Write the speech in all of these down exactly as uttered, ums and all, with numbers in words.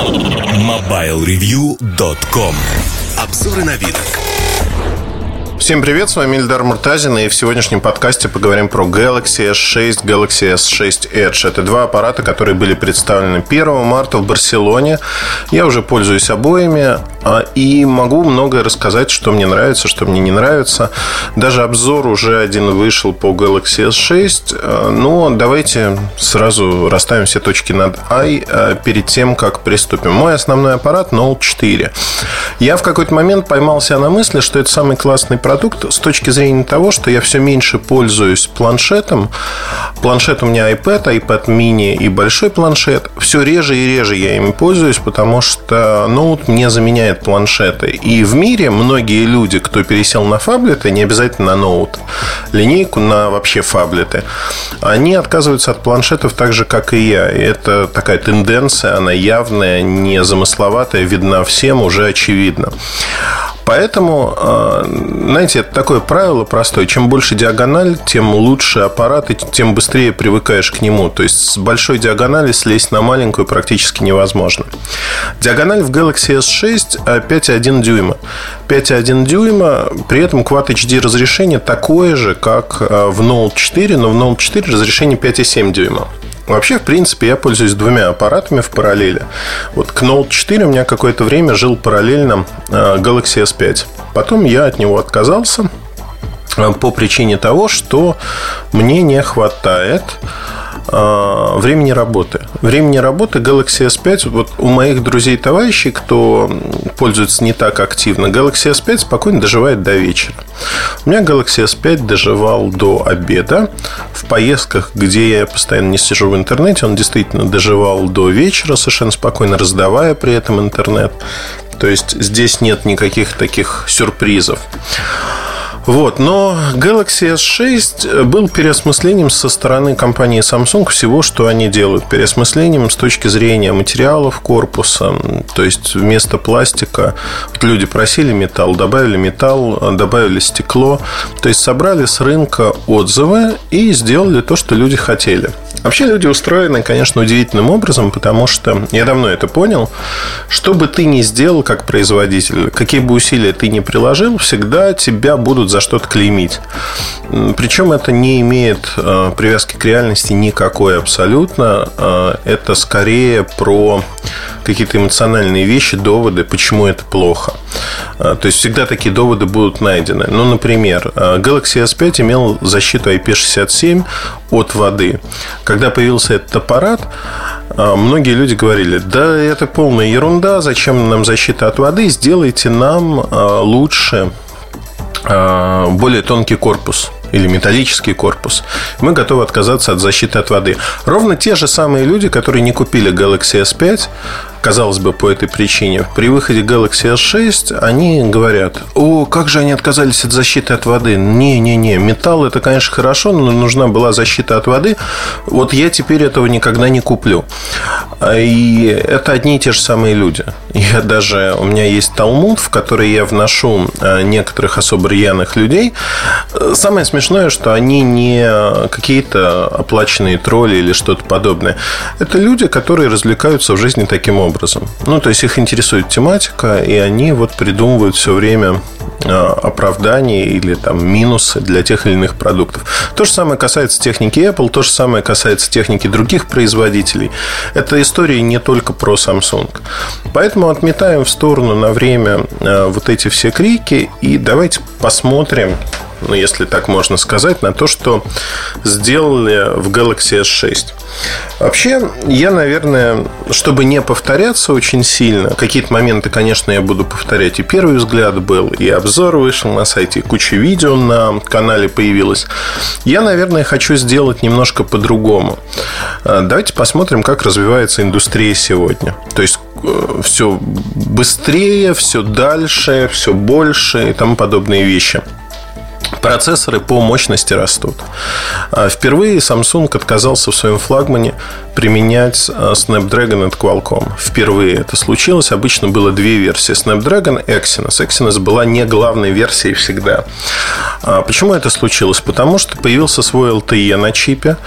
мобайл ревью точка ком. Обзоры новинок. Всем привет, с вами Ильдар Муртазин, и в сегодняшнем подкасте поговорим про Galaxy эс шесть, Galaxy эс шесть Edge. Это два аппарата, которые были представлены первого марта в Барселоне. Я уже пользуюсь обоими и могу многое рассказать, что мне нравится, что мне не нравится. Даже обзор уже один вышел по Galaxy эс шесть. Но давайте сразу расставим все точки над «и» перед тем, как приступим. Мой основной аппарат Ноут четыре. Я в какой-то момент поймался на мысли, что это самый классный продукт с точки зрения того, что я все меньше пользуюсь планшетом. Планшет у меня iPad, iPad mini и большой планшет. Все реже и реже я ими пользуюсь, потому что ноут мне заменяет планшеты. И в мире многие люди, кто пересел на фаблеты, не обязательно на ноут, линейку, на вообще фаблеты, они отказываются от планшетов так же, как и я. И это такая тенденция, она явная, незамысловатая, видна всем, уже очевидно. Поэтому, знаете, это такое правило простое. Чем больше диагональ, тем лучше аппарат, и тем быстрее привыкаешь к нему. То есть с большой диагонали слезть на маленькую практически невозможно. Диагональ в Galaxy эс шесть пять и один дюйма. пять и один дюйма, при этом Quad эйч ди разрешение такое же, как в Ноут четыре, но в Ноут четыре разрешение пять и семь дюйма. Вообще, в принципе, я пользуюсь двумя аппаратами в параллели. Вот к Ноут четыре у меня какое-то время жил параллельно Galaxy эс пять. Потом я от него отказался по причине того, что мне не хватает времени работы. Времени работы Galaxy эс пять, вот у моих друзей и товарищей, кто пользуется не так активно, Galaxy эс пять спокойно доживает до вечера. У меня Galaxy эс пять доживал до обеда. В поездках, где я постоянно не сижу в интернете, он действительно доживал до вечера, совершенно спокойно раздавая при этом интернет. То есть здесь нет никаких таких сюрпризов. Вот, но Galaxy эс шесть был переосмыслением со стороны компании Samsung всего, что они делают. Переосмыслением с точки зрения материалов корпуса. То есть вместо пластика вот люди просили металл, добавили металл, добавили стекло. То есть собрали с рынка отзывы и сделали то, что люди хотели. Вообще люди устроены, конечно, удивительным образом, потому что я давно это понял. Что бы ты ни сделал как производитель, какие бы усилия ты ни приложил, всегда тебя будут за что-то клеймить. Причем это не имеет э, привязки к реальности никакой абсолютно. Э, это скорее про какие-то эмоциональные вещи, доводы, почему это плохо. Э, то есть всегда такие доводы будут найдены. Ну, например, Galaxy эс пять имел защиту ай пи шестьдесят семь от воды. Когда появился этот аппарат, многие люди говорили: да это полная ерунда, зачем нам защита от воды, сделайте нам лучше более тонкий корпус или металлический корпус. Мы готовы отказаться от защиты от воды. Ровно те же самые люди, которые не купили Galaxy эс пять, казалось бы, по этой причине, при выходе Galaxy эс шесть они говорят: о, как же они отказались от защиты от воды. Не-не-не, металл это, конечно, хорошо, но нужна была защита от воды. Вот я теперь этого никогда не куплю. И это одни и те же самые люди. Я даже, у меня есть талмуд, в который я вношу некоторых особо рьяных людей. Самое смешное, что они не какие-то оплаченные тролли или что-то подобное. Это люди, которые развлекаются в жизни таким образом. Ну, то есть их интересует тематика, и они вот придумывают все время оправдания или там минусы для тех или иных продуктов. То же самое касается техники Apple, то же самое касается техники других производителей. Эта история не только про Samsung. Поэтому отметаем в сторону на время вот эти все крики и давайте посмотрим, ну, если так можно сказать, на то, что сделали в Galaxy эс шесть. Вообще, я, наверное, чтобы не повторяться очень сильно, какие-то моменты, конечно, я буду повторять. И первый взгляд был, и обзор вышел на сайте, и куча видео на канале появилась. Я, наверное, хочу сделать немножко по-другому. Давайте посмотрим, как развивается индустрия сегодня. То есть все быстрее, все дальше, все больше и тому подобные вещи. Процессоры по мощности растут. Впервые Samsung отказался в своем флагмане применять Snapdragon от Qualcomm. Впервые это случилось. Обычно было две версии: Snapdragon и Exynos. Exynos была не главной версией всегда. Почему это случилось? Потому что появился свой эл ти и на чипе.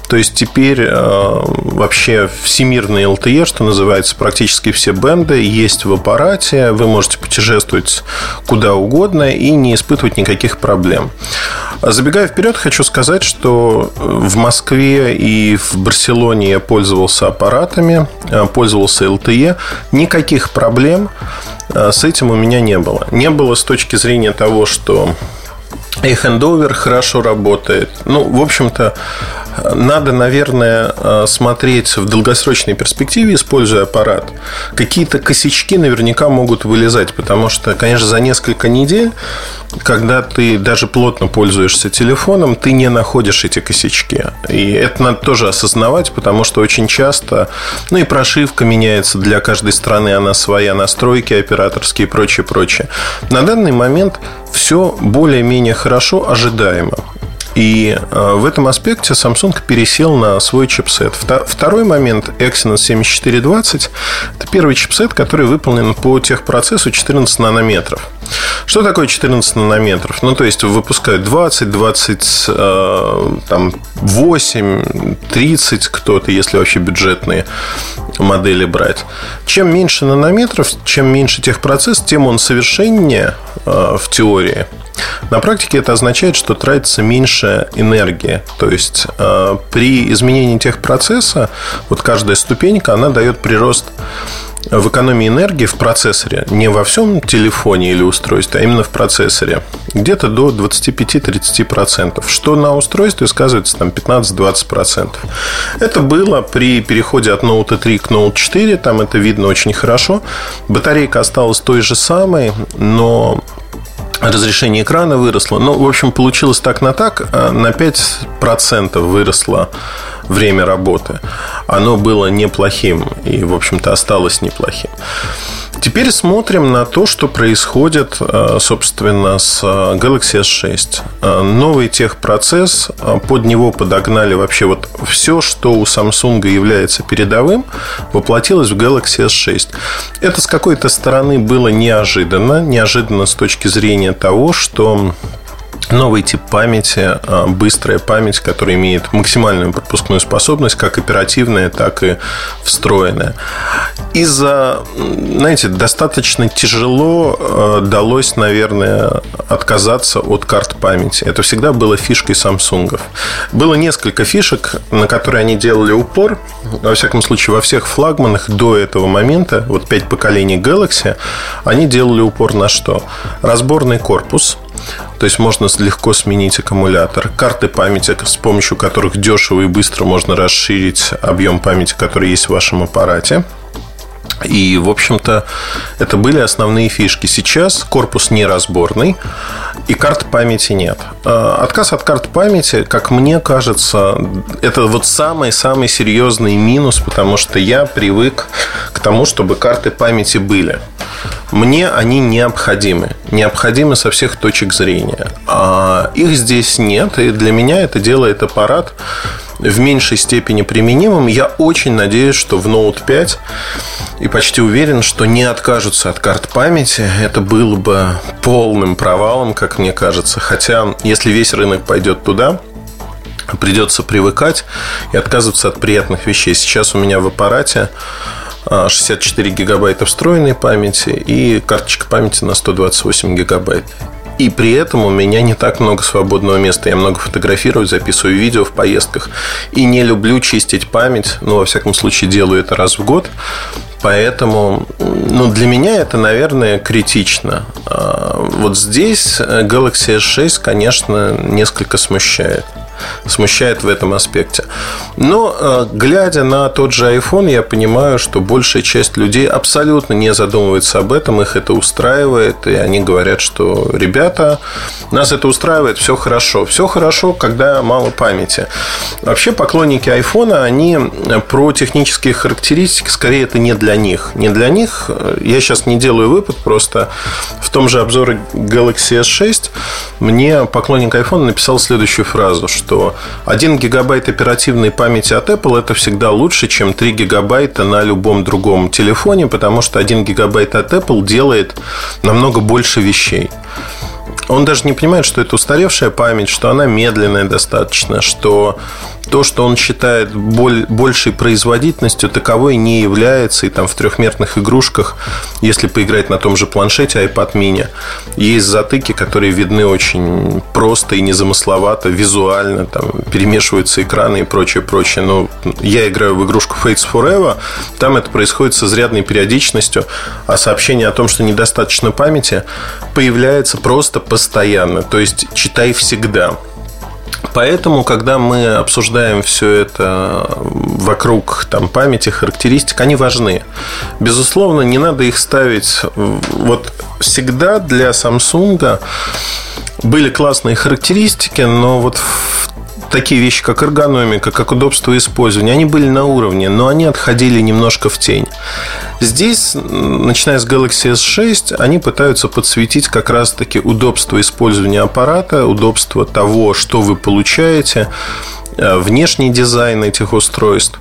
То есть теперь э, вообще всемирный эл ти и, что называется, практически все бенды есть в аппарате. Вы можете путешествовать куда угодно и не испытывать никаких проблем. Забегая вперед, хочу сказать, что в Москве и в Барселоне я пользовался аппаратами, пользовался эл ти и. Никаких проблем с этим у меня не было. Не было с точки зрения того, что и хендовер хорошо работает. Ну, в общем-то, надо, наверное, смотреть в долгосрочной перспективе, используя аппарат. Какие-то косячки наверняка могут вылезать, потому что, конечно, за несколько недель, когда ты даже плотно пользуешься телефоном, ты не находишь эти косячки. И это надо тоже осознавать, потому что очень часто, ну и прошивка меняется для каждой страны, она своя, настройки операторские и прочее, прочее. На данный момент все более-менее хорошо, ожидаемо. И в этом аспекте Samsung пересел на свой чипсет. Второй момент, Exynos семьдесят четыре двадцать, это первый чипсет, который выполнен по техпроцессу четырнадцать нанометров. Что такое четырнадцать нанометров? Ну, то есть выпускают двадцать, двадцать восемь, тридцать кто-то, если вообще бюджетные модели брать. Чем меньше нанометров, чем меньше техпроцесс, тем он совершеннее в теории. На практике это означает, что тратится меньше энергии. То есть э, при изменении техпроцесса вот каждая ступенька, она дает прирост в экономии энергии в процессоре. Не во всем телефоне или устройстве, а именно в процессоре. Где-то до двадцать пять-тридцать процентов. Что на устройстве сказывается там пятнадцать-двадцать процентов. Это было при переходе от Note три к Note четыре. Там это видно очень хорошо. Батарейка осталась той же самой, но разрешение экрана выросло. Ну, в общем, получилось так на так. На пять процентов выросло время работы. Оно было неплохим. И, в общем-то, осталось неплохим. Теперь смотрим на то, что происходит, собственно, с Galaxy эс шесть. Новый техпроцесс, под него подогнали вообще вот все, что у Samsung является передовым, воплотилось в Galaxy эс шесть. Это с какой-то стороны было неожиданно. Неожиданно с точки зрения того, что новый тип памяти, быстрая память, которая имеет максимальную пропускную способность, как оперативная, так и встроенная. Из-за, знаете, достаточно тяжело далось, наверное, отказаться от карт памяти. Это всегда было фишкой Samsung. Было несколько фишек, на которые они делали упор. Во всяком случае, во всех флагманах до этого момента, вот пять поколений Galaxy, они делали упор на что? Разборный корпус. То есть можно легко сменить аккумулятор. Карты памяти, с помощью которых дешево и быстро можно расширить объем памяти, который есть в вашем аппарате. И, в общем-то, это были основные фишки. Сейчас корпус неразборный, и карт памяти нет. Отказ от карт памяти, как мне кажется, это вот самый-самый серьезный минус, потому что я привык к тому, чтобы карты памяти были. Мне они необходимы. Необходимы со всех точек зрения. А их здесь нет, и для меня это делает аппарат в меньшей степени применимым. Я очень надеюсь, что в Note пять, и почти уверен, что не откажутся от карт памяти. Это было бы полным провалом, как мне кажется. Хотя, если весь рынок пойдет туда, придется привыкать и отказываться от приятных вещей. Сейчас у меня в аппарате шестьдесят четыре гигабайта встроенной памяти и карточка памяти на сто двадцать восемь гигабайт. И при этом у меня не так много свободного места. Я много фотографирую, записываю видео в поездках. И не люблю чистить память. Ну, во всяком случае, делаю это раз в год. Поэтому, ну, для меня это, наверное, критично. Вот здесь Galaxy эс шесть, конечно, несколько смущает. Смущает в этом аспекте. Но, глядя на тот же iPhone, я понимаю, что большая часть людей абсолютно не задумывается об этом. Их это устраивает. И они говорят, что, ребята, нас это устраивает, все хорошо. Все хорошо, когда мало памяти. Вообще, поклонники iPhone, они про технические характеристики, скорее, это не для них. Не для них. Я сейчас не делаю выпад. Просто в том же обзоре Galaxy эс шесть мне поклонник iPhone написал следующую фразу, что что один гигабайт оперативной памяти от Apple это всегда лучше, чем три гигабайта на любом другом телефоне, потому что один гигабайт от Apple делает намного больше вещей. Он даже не понимает, что это устаревшая память, что она медленная достаточно, что то, что он считает боль, большей производительностью, таковой не является. И там в трехмерных игрушках, если поиграть на том же планшете iPad mini, есть затыки, которые видны очень просто и незамысловато, визуально, там перемешиваются экраны и прочее, прочее. Но я играю в игрушку Fates Forever, там это происходит с изрядной периодичностью, а сообщение о том, что недостаточно памяти, появляется просто постоянно. То есть читай всегда. Поэтому, когда мы обсуждаем все это вокруг там, памяти, характеристик, они важны. Безусловно, не надо их ставить. Вот всегда для Samsung были классные характеристики, но вот такие вещи, как эргономика, как удобство использования, они были на уровне, но они отходили немножко в тень. Здесь, начиная с Galaxy эс шесть, они пытаются подсветить как раз-таки удобство использования аппарата, удобство того, что вы получаете, внешний дизайн этих устройств.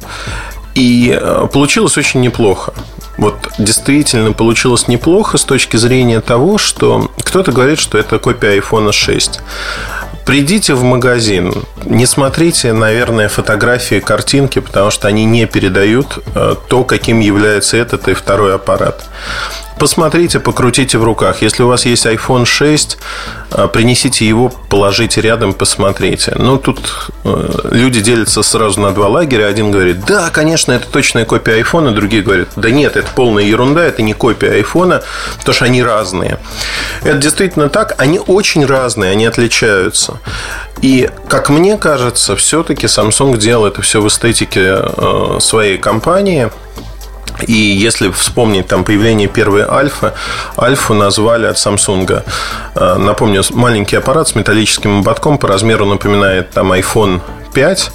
И получилось очень неплохо. Вот действительно получилось неплохо с точки зрения того, что кто-то говорит, что это копия айфон шесть. Придите в магазин, не смотрите, наверное, фотографии, картинки, потому что они не передают то, каким является этот и второй аппарат. Посмотрите, покрутите в руках. Если у вас есть айфон шесть, принесите его, положите рядом, посмотрите. Ну, тут люди делятся сразу на два лагеря. Один говорит, да, конечно, это точная копия айфона. Другие говорят, да нет, это полная ерунда, это не копия айфона, потому что они разные. Это действительно так. Они очень разные, они отличаются. И, как мне кажется, все-таки Samsung делал это все в эстетике своей компании. И если вспомнить там появление первой Альфы, Альфу назвали от Samsung. Напомню, маленький аппарат с металлическим ободком, по размеру напоминает там айфон пять.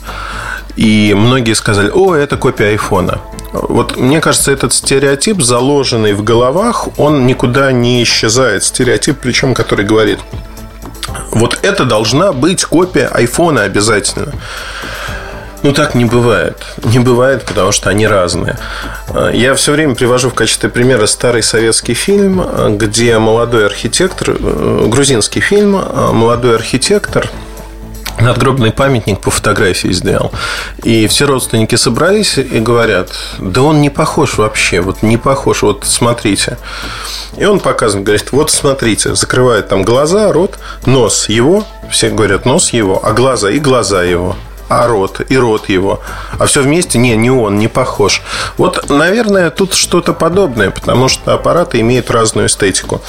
И многие сказали, о, это копия айфона. Вот мне кажется, этот стереотип, заложенный в головах, он никуда не исчезает. Стереотип, причем, который говорит, вот это должна быть копия айфона обязательно. Ну, так не бывает. Не бывает, потому что они разные. Я все время привожу в качестве примера старый советский фильм, где молодой архитектор, грузинский фильм, молодой архитектор надгробный памятник по фотографии сделал. И все родственники собрались и говорят, да он не похож вообще, вот не похож, вот смотрите. И он показывает, говорит, вот смотрите, закрывает там глаза, рот, нос его, все говорят, нос его, а глаза и глаза его. А рот, и рот его. А все вместе, не, не он, не похож. Вот, наверное, тут что-то подобное, потому что аппараты имеют разную эстетику.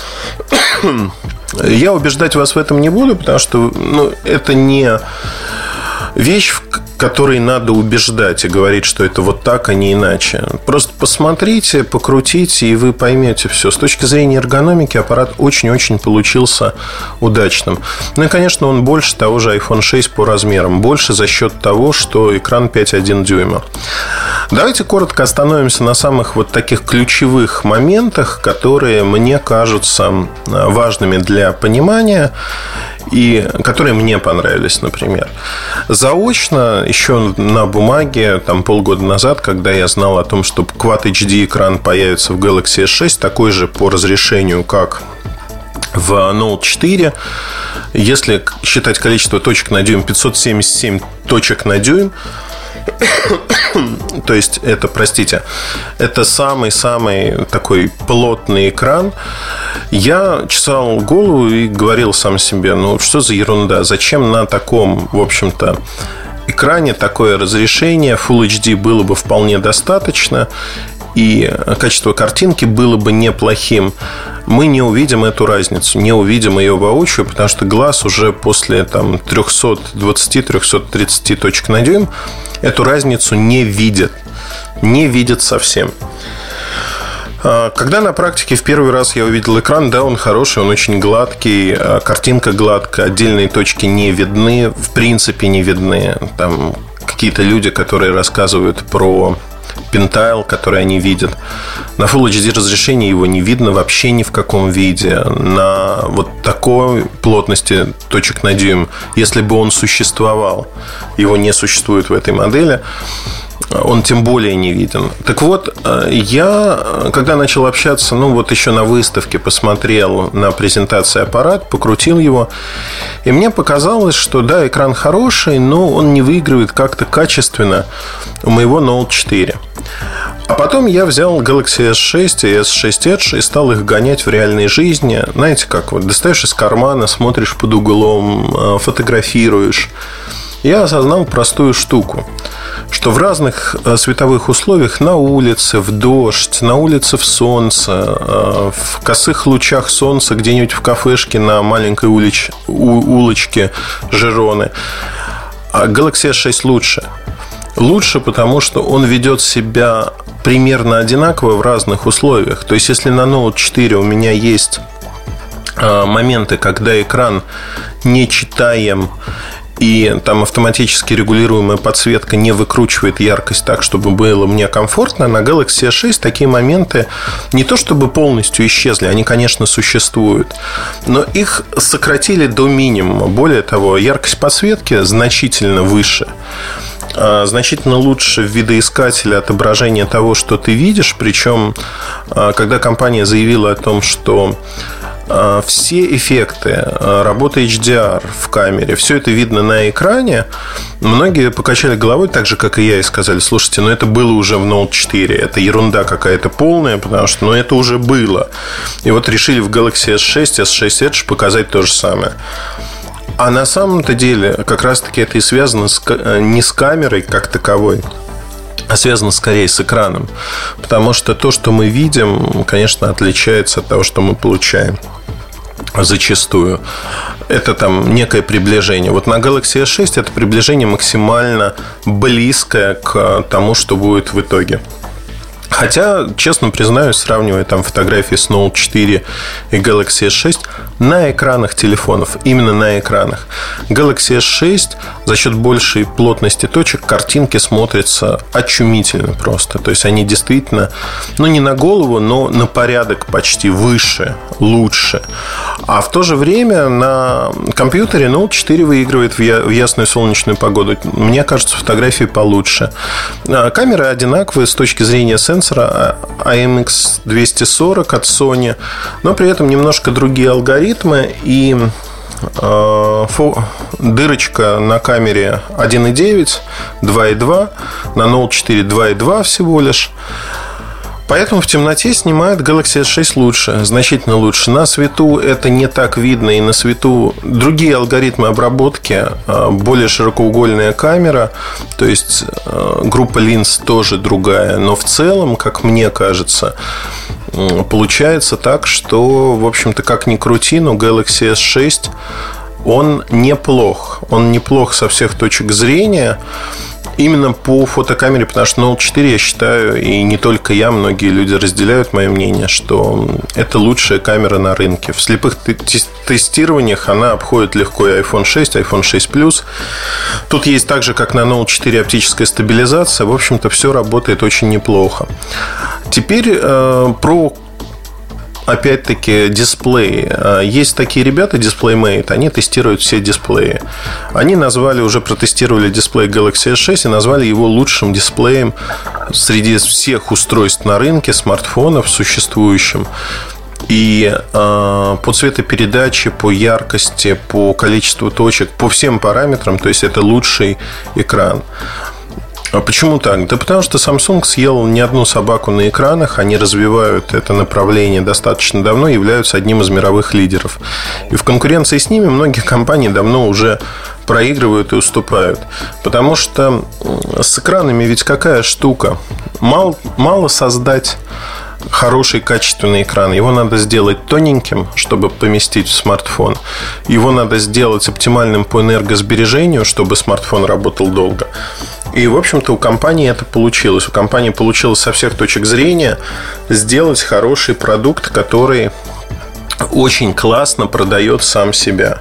Я убеждать вас в этом не буду, потому что ну, это не вещь, в которой надо убеждать и говорить, что это вот так, а не иначе. Просто посмотрите, покрутите, и вы поймете все. С точки зрения эргономики аппарат очень-очень получился удачным. Ну и, конечно, он больше того же айфон шесть по размерам. Больше за счет того, что экран пять целых один дюйма. Давайте коротко остановимся на самых вот таких ключевых моментах, которые мне кажутся важными для понимания и которые мне понравились, например. Заочно, еще на бумаге, там полгода назад, когда я знал о том, что Quad эйч ди экран появится в Galaxy эс шесть, такой же по разрешению, как в Note четыре. Если считать количество точек на дюйм, пятьсот семьдесят семь точек на дюйм. То есть это, простите, это самый-самый такой плотный экран. Я чесал голову и говорил сам себе, ну что за ерунда, зачем на таком, в общем-то, экране такое разрешение, Full эйч ди было бы вполне достаточно, и качество картинки было бы неплохим. Мы не увидим эту разницу, не увидим ее воочию, потому что глаз уже после там, триста двадцать - триста тридцать точек на дюйм эту разницу не видит. Не видит совсем. Когда на практике в первый раз я увидел экран, да, он хороший, он очень гладкий, картинка гладкая, отдельные точки не видны, в принципе не видны. Там какие-то люди, которые рассказывают про пентайл, который они видят. На Full эйч ди разрешении его не видно вообще ни в каком виде. На вот такой плотности точек на дюйм, если бы он существовал, его не существует в этой модели, он тем более не виден. Так вот, я, когда начал общаться, ну вот еще на выставке посмотрел на презентации аппарат, покрутил его, и мне показалось, что да, экран хороший, но он не выигрывает как-то качественно у моего ноут четыре. А потом я взял Galaxy эс шесть и эс шесть Edge и стал их гонять в реальной жизни. Знаете как, вот достаешь из кармана, смотришь под углом, фотографируешь. Я осознал простую штуку, что в разных световых условиях, на улице, в дождь, на улице в солнце, в косых лучах солнца, где-нибудь в кафешке на маленькой улич, улочке Жироны, Galaxy эс шесть лучше. Лучше, потому что он ведет себя примерно одинаково в разных условиях. То есть, если на ноут четыре у меня есть моменты, когда экран не читаем, и там автоматически регулируемая подсветка не выкручивает яркость так, чтобы было мне комфортно, на Galaxy эс шесть такие моменты не то чтобы полностью исчезли, они, конечно, существуют, но их сократили до минимума. Более того, яркость подсветки значительно выше, значительно лучше в видоискателе отображение того, что ты видишь. Причем, когда компания заявила о том, что все эффекты, работа эйч ди ар в камере, все это видно на экране, многие покачали головой, так же, как и я, и сказали: слушайте, ну это было уже в ноут четыре, это ерунда какая-то полная, потому что ну, это уже было. И вот решили в Galaxy эс шесть, эс шесть Edge показать то же самое. А на самом-то деле как раз-таки это и связано с, не с камерой как таковой, а связано скорее с экраном. Потому что то, что мы видим, конечно, отличается от того, что мы получаем. Зачастую это там некое приближение. Вот на Galaxy эс шесть это приближение максимально близкое к тому, что будет в итоге. Хотя, честно признаюсь, сравнивая там фотографии с ноут четыре и Galaxy эс шесть на экранах телефонов, именно на экранах, Galaxy эс шесть за счет большей плотности точек картинки смотрятся очумительно просто. То есть они действительно, ну не на голову, но на порядок почти выше, лучше. А в то же время на компьютере ноут четыре выигрывает в ясную солнечную погоду. Мне кажется, фотографии получше. Камеры одинаковые с точки зрения сенсора, эй эм икс двести сорок от Sony, но при этом немножко другие алгоритмы. И э, фо, дырочка на камере один и девять, два и два, на ноут четыре два и два всего лишь. Поэтому в темноте снимает Galaxy эс шесть лучше, значительно лучше. На свету это не так видно, и на свету другие алгоритмы обработки, более широкоугольная камера, то есть группа линз тоже другая. Но в целом, как мне кажется, получается так, что, в общем-то, как ни крути, но Galaxy эс шесть, он неплох. Он неплох со всех точек зрения. Именно по фотокамере, потому что ноут четыре, я считаю, и не только я, многие люди разделяют мое мнение, что это лучшая камера на рынке. В слепых тестированиях она обходит легко и айфон шесть, айфон шесть плюс. Тут есть так же, как на ноут четыре, оптическая стабилизация. В общем-то, все работает очень неплохо. Теперь э, про... Опять-таки, дисплеи. Есть такие ребята, DisplayMate, они тестируют все дисплеи. Они назвали, уже протестировали дисплей Galaxy эс шесть и назвали его лучшим дисплеем среди всех устройств на рынке, смартфонов существующим. И э, по цветопередаче, по яркости, по количеству точек, по всем параметрам, то есть это лучший экран. А почему так? Да потому что Samsung съел не одну собаку на экранах. Они развивают это направление достаточно давно, являются одним из мировых лидеров. И в конкуренции с ними многие компании давно уже проигрывают и уступают. Потому что с экранами ведь какая штука? Мало, мало создать хороший качественный экран. Его надо сделать тоненьким, чтобы поместить в смартфон. Его надо сделать оптимальным по энергосбережению, чтобы смартфон работал долго. И, в общем-то, у компании это получилось. У компании получилось со всех точек зрения сделать хороший продукт, который очень классно продает сам себя.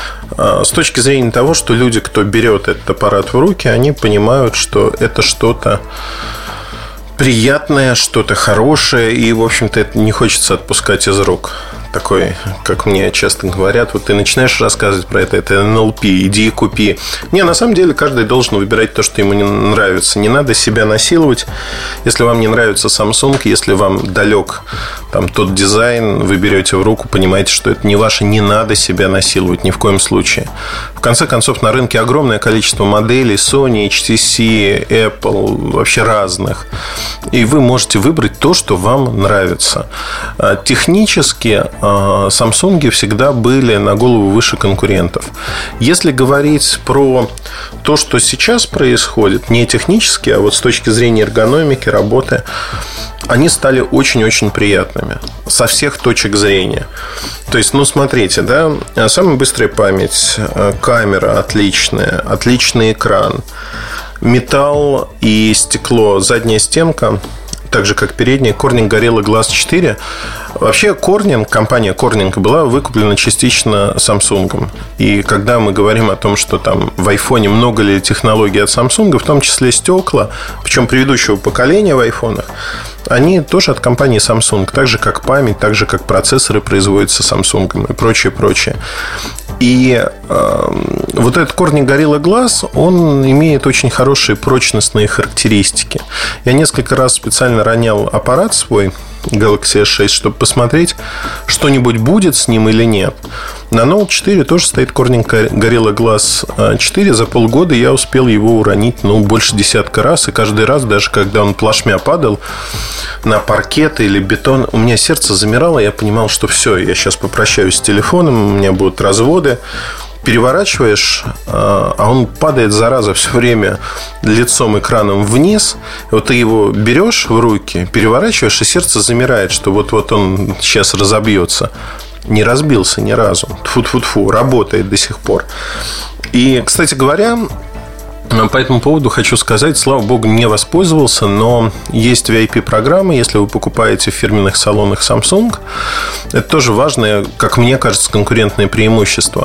С точки зрения того, что люди, кто берет этот аппарат в руки, они понимают, что это что-то приятное, что-то хорошее, и, в общем-то, это не хочется отпускать из рук. такой, как мне часто говорят, вот ты начинаешь рассказывать про это, это эн эл пи, иди и купи. Не, на самом деле каждый должен выбирать то, что ему не нравится. Не надо себя насиловать. Если вам не нравится Samsung, если вам далек там тот дизайн, вы берете в руку, понимаете, что это не ваше, не надо себя насиловать ни в коем случае. В конце концов, на рынке огромное количество моделей Sony, эйч ти си, Apple, вообще разных. И вы можете выбрать то, что вам нравится. Технически Samsung всегда были на голову выше конкурентов. Если говорить про то, что сейчас происходит, не технически, а вот с точки зрения эргономики, работы, они стали очень-очень приятными со всех точек зрения. То есть, ну, смотрите, да, самая быстрая память, камера отличная, отличный экран, металл и стекло, задняя стенка, так же, как передняя, Corning Gorilla Glass четыре. Вообще, Corning, компания Corning была выкуплена частично Samsung. И когда мы говорим о том, что там в айфоне много ли технологий от Samsung, в том числе стекла, причем предыдущего поколения в айфонах, они тоже от компании Samsung. Так же, как память, так же, как процессоры производятся Samsung и прочее, прочее. И э, вот этот Corning Gorilla Glass, он имеет очень хорошие прочностные характеристики. Я несколько раз специально ронял аппарат свой Galaxy эс шесть, чтобы посмотреть, что-нибудь будет с ним или нет. На Note четыре тоже стоит Corning Gorilla Glass четыре. За полгода я успел его уронить, ну, больше десятка раз. И каждый раз, даже когда он плашмя падал на паркет или бетон, у меня сердце замирало. Я понимал, что все, я сейчас попрощаюсь с телефоном, у меня будут разводы. Переворачиваешь, а он падает, зараза, все время лицом, экраном вниз. Вот ты его берешь в руки, переворачиваешь, и сердце замирает, что вот-вот он сейчас разобьется. Не разбился ни разу. Тьфу-тьфу-тьфу, работает до сих пор. И, кстати говоря, по этому поводу хочу сказать, слава богу, не воспользовался, но есть ви ай пи-программы, если вы покупаете в фирменных салонах Samsung. Это тоже важное, как мне кажется, конкурентное преимущество.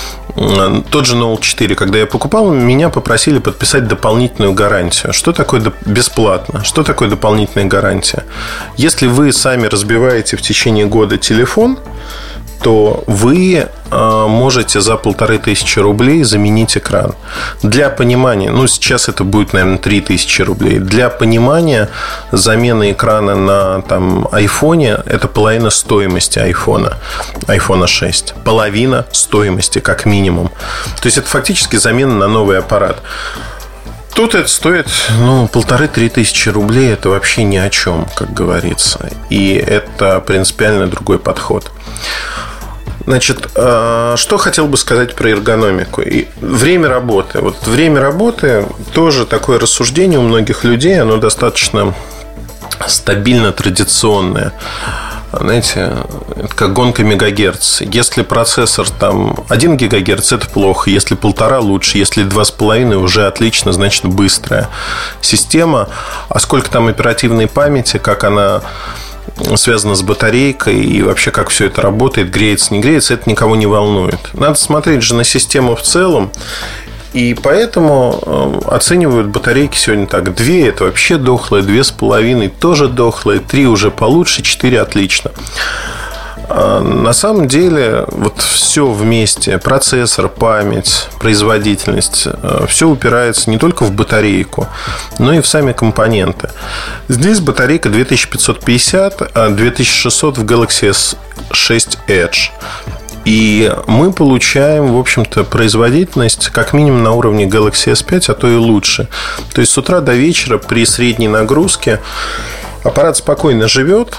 Тот же Note четыре, когда я покупал, меня попросили подписать дополнительную гарантию. Что такое бесплатно? Что такое дополнительная гарантия? Если вы сами разбиваете в течение года телефон, то вы э, можете за полторы тысячи рублей заменить экран. Для понимания, ну, сейчас это будет, наверное, три тысячи рублей. Для понимания, замена экрана на там, айфоне – это половина стоимости айфона, айфона шесть. Половина стоимости, как минимум. То есть, это фактически замена на новый аппарат. Тут это стоит, ну, полторы-три тысячи рублей. Это вообще ни о чем, как говорится. И это принципиально другой подход. Значит, что хотел бы сказать про эргономику и время работы. Вот время работы тоже такое рассуждение у многих людей, оно достаточно стабильно традиционное. Знаете, это как гонка мегагерц. Если процессор там один гигагерц, это плохо. Если полтора, лучше. Если два с половиной, уже отлично, значит быстрая система. А сколько там оперативной памяти, как она связано с батарейкой и вообще как все это работает, греется, не греется, это никого не волнует. Надо смотреть же на систему в целом. И поэтому оценивают батарейки сегодня так: две это вообще дохлые, две с половиной тоже дохлые, три уже получше, четыре отлично. На самом деле, вот все вместе, процессор, память, производительность, все упирается не только в батарейку, но и в сами компоненты. Здесь батарейка две тысячи пятьсот пятьдесят, а две тысячи шестьсот в Galaxy эс шесть Edge. И мы получаем, в общем-то, производительность как минимум на уровне Galaxy эс пять, а то и лучше. То есть с утра до вечера при средней нагрузке аппарат спокойно живет.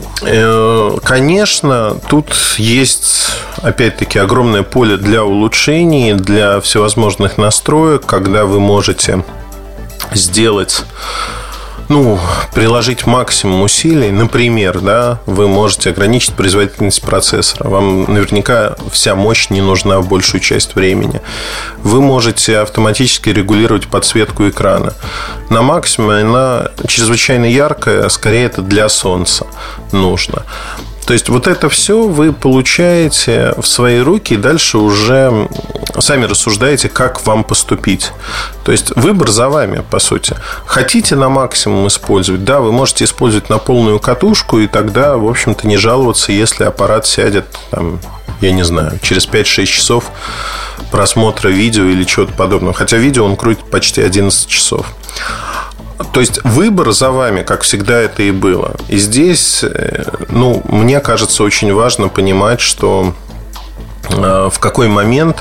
Конечно, тут есть, опять-таки, огромное поле для улучшений, для всевозможных настроек, когда вы можете сделать, ну, приложить максимум усилий. Например, да, вы можете ограничить производительность процессора. Вам наверняка вся мощь не нужна в большую часть времени. Вы можете автоматически регулировать подсветку экрана. На максимуме она чрезвычайно яркая, скорее это для солнца нужно. То есть вот это все вы получаете в свои руки и дальше уже сами рассуждаете, как вам поступить. То есть выбор за вами, по сути. Хотите на максимум использовать, да, вы можете использовать на полную катушку, и тогда, в общем-то, не жаловаться, если аппарат сядет, там, я не знаю, через пять-шесть часов просмотра видео или чего-то подобного. Хотя видео он крутит почти одиннадцать часов. То есть выбор за вами, как всегда это и было. И здесь, ну, мне кажется, очень важно понимать, что э, в какой момент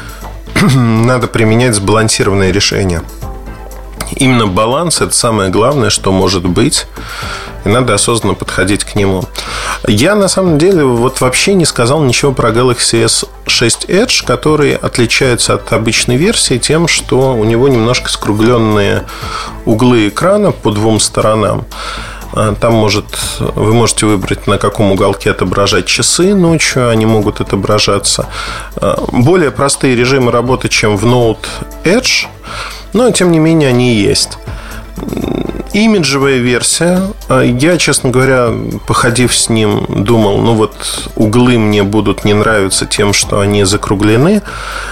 надо применять сбалансированное решение. Именно баланс – это самое главное, что может быть. И надо осознанно подходить к нему. Я, на самом деле, вот вообще не сказал ничего про Galaxy эс шесть Edge, который отличается от обычной версии тем, что у него немножко скругленные углы экрана по двум сторонам. Там может, вы можете выбрать, на каком уголке отображать часы ночью. Они могут отображаться. Более простые режимы работы, чем в Note Edge, но, тем не менее, они есть. Имиджевая версия. Я, честно говоря, походив с ним, думал, ну вот углы мне будут не нравиться тем, что они закруглены.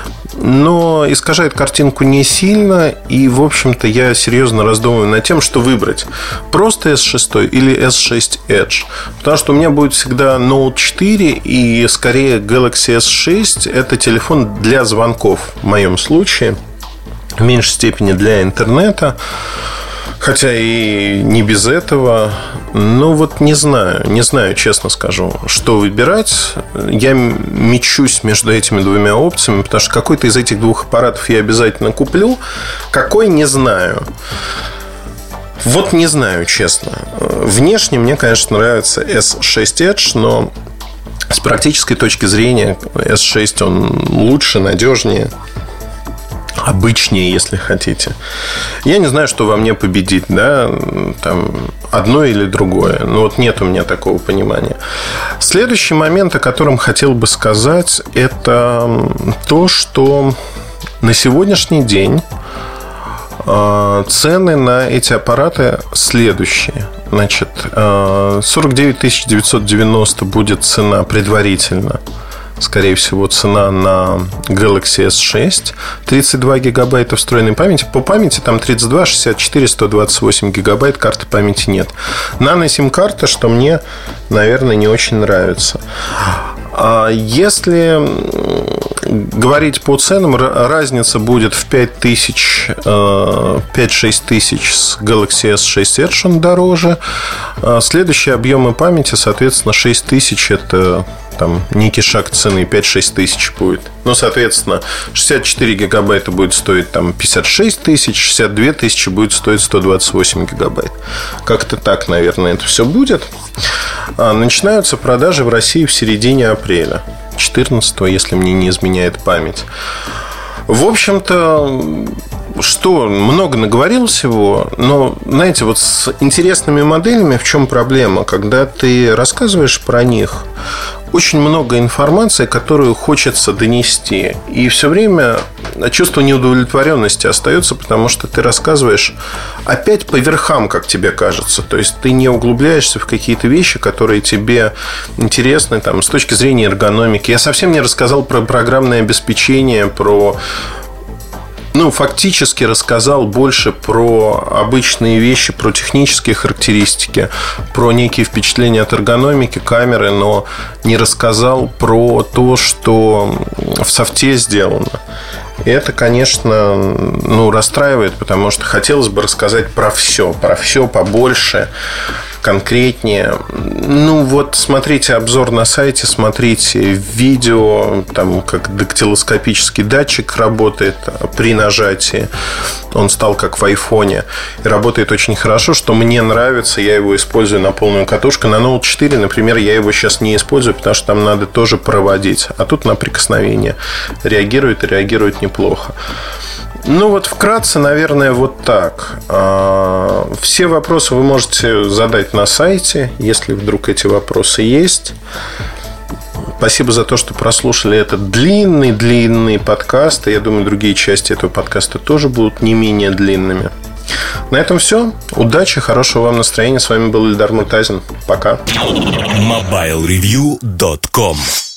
Но искажает картинку не сильно. И, в общем-то, я серьезно раздумываю над тем, что выбрать: просто эс шесть или эс шесть Edge. Потому что у меня будет всегда Note четыре. И скорее Galaxy эс шесть – это телефон для звонков в моем случае, в меньшей степени для интернета. Хотя и не без этого. Но вот не знаю, не знаю, честно скажу, что выбирать. Я мечусь между этими двумя опциями, потому что какой-то из этих двух аппаратов я обязательно куплю. Какой, не знаю. Вот не знаю, честно. Внешне мне, конечно, нравится эс шесть Edge, но с практической точки зрения эс шесть он лучше, надежнее, обычнее, если хотите. Я не знаю, что во мне победит, да, там, одно или другое. Но вот нет у меня такого понимания. Следующий момент, о котором хотел бы сказать, это то, что на сегодняшний день цены на эти аппараты следующие. Значит, сорок девять тысяч девятьсот девяносто будет цена предварительно. Скорее всего, цена на Galaxy эс шесть. тридцать два гигабайта встроенной памяти. По памяти там тридцать два, шестьдесят четыре, сто двадцать восемь гигабайт. Карты памяти нет. Нано-сим-карта, что мне, наверное, не очень нравится. Если говорить по ценам, разница будет в пять тысяч, пять-шесть тысяч с Galaxy эс шесть Edge, он дороже. Следующие объемы памяти, соответственно, шесть тысяч. Это там некий шаг цены, пять-шесть тысяч будет. Ну, соответственно, шестьдесят четыре гигабайта будет стоить там пятьдесят шесть тысяч, шестьдесят две тысячи будет стоить сто двадцать восемь гигабайт. Как-то так, наверное, это все будет. А, начинаются продажи в России в середине апреля, четырнадцатого, если мне не изменяет память. В общем-то, что, много наговорил всего, но, знаете, вот с интересными моделями в чем проблема? Когда ты рассказываешь про них, очень много информации, которую хочется донести. И все время чувство неудовлетворенности остается, потому что ты рассказываешь опять по верхам, как тебе кажется. То есть ты не углубляешься в какие-то вещи, которые тебе интересны там, с точки зрения эргономики. Я совсем не рассказал про программное обеспечение, про... Ну, фактически рассказал больше про обычные вещи, про технические характеристики, про некие впечатления от эргономики, камеры, но не рассказал про то, что в софте сделано. И это, конечно, ну, расстраивает, потому что хотелось бы рассказать про все, про все побольше, конкретнее. Ну, вот смотрите обзор на сайте, смотрите видео, там как дактилоскопический датчик работает при нажатии. Он стал как в айфоне и работает очень хорошо, что мне нравится. Я его использую на полную катушку. На Note четыре, например, я его сейчас не использую, потому что там надо тоже проводить. А тут на прикосновение реагирует и реагирует неплохо. Ну вот вкратце, наверное, вот так. Все вопросы вы можете задать на сайте, если вдруг эти вопросы есть. Спасибо за то, что прослушали этот длинный-длинный подкаст. И я думаю, другие части этого подкаста тоже будут не менее длинными. На этом все. Удачи, хорошего вам настроения. С вами был Ильдар Муртазин. Пока. мобайл ревью точка ком